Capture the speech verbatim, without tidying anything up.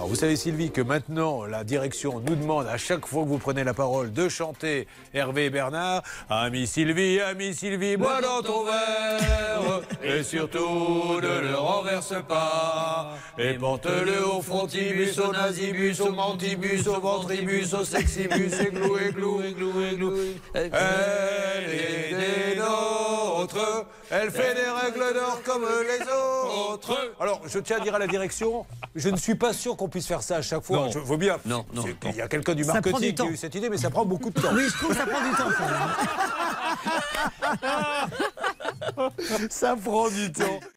Alors, vous savez, Sylvie, que maintenant, la direction nous demande, à chaque fois que vous prenez la parole, de chanter Hervé et Bernard. Ami Sylvie, ami Sylvie, bois dans ton verre. Et surtout, ne le renverse pas. Et porte-le au frontibus, au nazibus, au mantibus, au ventribus, au sexibus, églou, églou, églou, églou. Elle est des nôtres. Elle fait des règles d'or comme les autres. Alors, je tiens à dire à la direction, je ne suis pas sûr qu'on puisse faire ça à chaque fois. Non. Je veux bien. Non, non, C'est- non. Il y a quelqu'un du Ça prend marketing du qui a temps. eu cette idée, mais ça prend beaucoup de temps. Oui, je trouve que ça prend du temps. Quand même. Ça prend du temps.